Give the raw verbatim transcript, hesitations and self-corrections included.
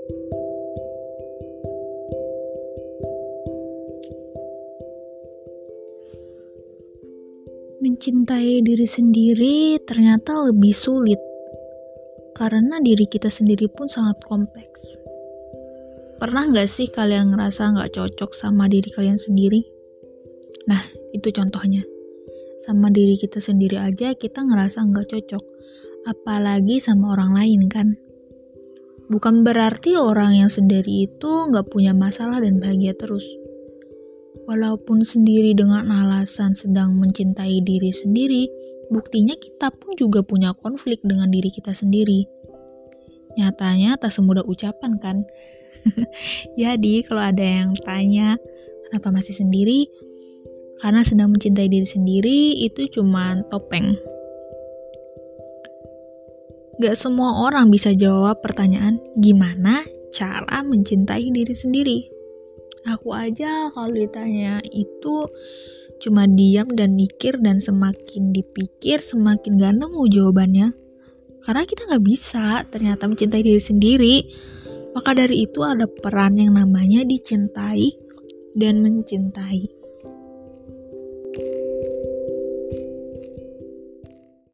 Mencintai diri sendiri ternyata lebih sulit, karena diri kita sendiri pun sangat kompleks. Pernah gak sih kalian ngerasa gak cocok sama diri kalian sendiri? Nah, itu contohnya. Sama diri kita sendiri aja kita ngerasa gak cocok, apalagi sama orang lain kan? Bukan berarti orang yang sendiri itu gak punya masalah dan bahagia terus. Walaupun sendiri dengan alasan sedang mencintai diri sendiri, buktinya kita pun juga punya konflik dengan diri kita sendiri. Nyatanya tak semudah ucapan kan? Jadi kalau ada yang tanya, kenapa masih sendiri? Karena sedang mencintai diri sendiri itu cuma topeng. Gak semua orang bisa jawab pertanyaan, gimana cara mencintai diri sendiri? Aku aja kalau ditanya itu cuma diam dan mikir, dan semakin dipikir semakin gak nemu jawabannya. Karena kita gak bisa ternyata mencintai diri sendiri. Maka dari itu ada peran yang namanya dicintai dan mencintai.